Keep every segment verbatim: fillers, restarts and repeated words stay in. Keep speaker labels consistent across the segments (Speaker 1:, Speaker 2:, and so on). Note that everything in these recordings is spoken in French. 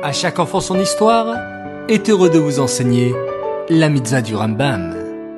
Speaker 1: À chaque enfant son histoire est heureux de vous enseigner la mitzvah du Rambam.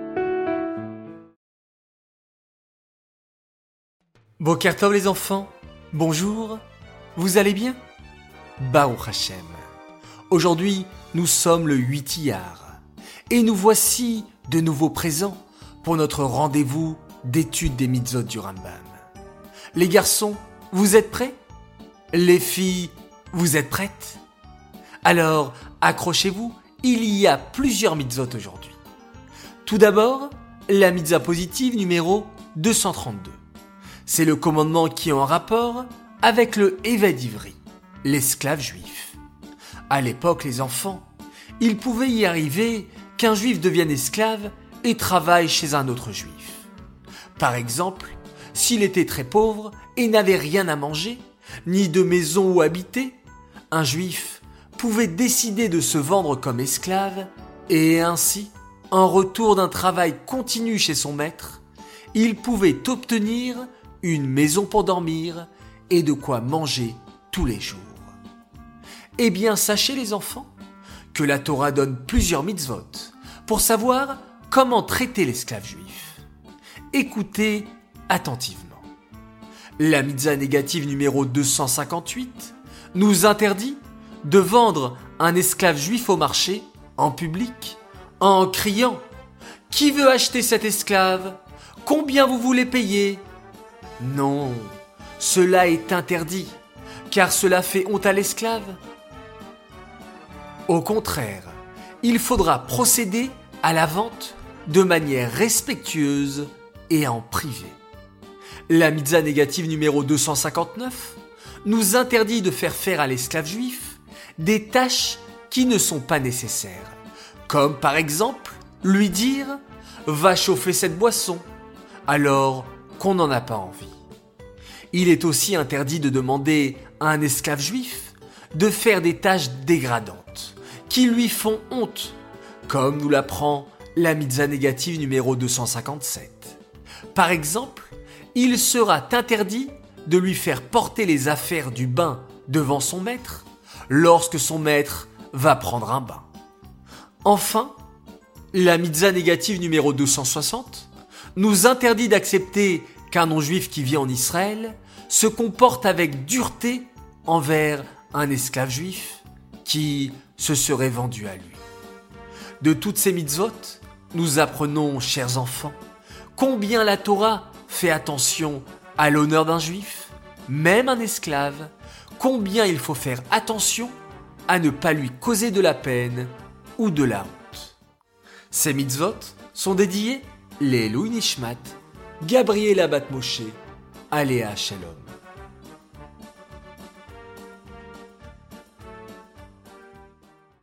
Speaker 1: Boker Tov les enfants, bonjour, vous allez bien? Baruch Hashem. Aujourd'hui, nous sommes le huit Iyar et nous voici de nouveau présents pour notre rendez-vous d'étude des mitzvot du Rambam. Les garçons, vous êtes prêts? Les filles, vous êtes prêtes? Alors, accrochez-vous, il y a plusieurs mitzvot aujourd'hui. Tout d'abord, la mitzvah positive numéro deux cent trente-deux. C'est le commandement qui est en rapport avec le Eved Ivri, l'esclave juif. À l'époque, les enfants, il pouvait y arriver qu'un juif devienne esclave et travaille chez un autre juif. Par exemple, s'il était très pauvre et n'avait rien à manger, ni de maison où habiter, un juif pouvait décider de se vendre comme esclave et ainsi, en retour d'un travail continu chez son maître, il pouvait obtenir une maison pour dormir et de quoi manger tous les jours. Eh bien, sachez les enfants que la Torah donne plusieurs mitzvot pour savoir comment traiter l'esclave juif. Écoutez attentivement. La mitzvah négative numéro deux cent cinquante-huit nous interdit de vendre un esclave juif au marché, en public, en criant « Qui veut acheter cet esclave? Combien vous voulez payer ?» Non, cela est interdit, car cela fait honte à l'esclave. Au contraire, il faudra procéder à la vente de manière respectueuse et en privé. La mitzvah négative numéro deux cent cinquante-neuf nous interdit de faire faire à l'esclave juif des tâches qui ne sont pas nécessaires, comme par exemple lui dire « Va chauffer cette boisson » alors qu'on n'en a pas envie. Il est aussi interdit de demander à un esclave juif de faire des tâches dégradantes qui lui font honte, comme nous l'apprend la mitzvah négative numéro deux cent cinquante-sept. Par exemple, il sera interdit de lui faire porter les affaires du bain devant son maître lorsque son maître va prendre un bain. Enfin, la mitzvah négative numéro deux cent soixante nous interdit d'accepter qu'un non-juif qui vit en Israël se comporte avec dureté envers un esclave juif qui se serait vendu à lui. De toutes ces mitzvot, nous apprenons, chers enfants, combien la Torah fait attention à l'honneur d'un juif, même un esclave, combien il faut faire attention à ne pas lui causer de la peine ou de la honte. Ces mitzvot sont dédiés les Louis Nishmat, Gabriela Bat Moshe, Aléa Shalom.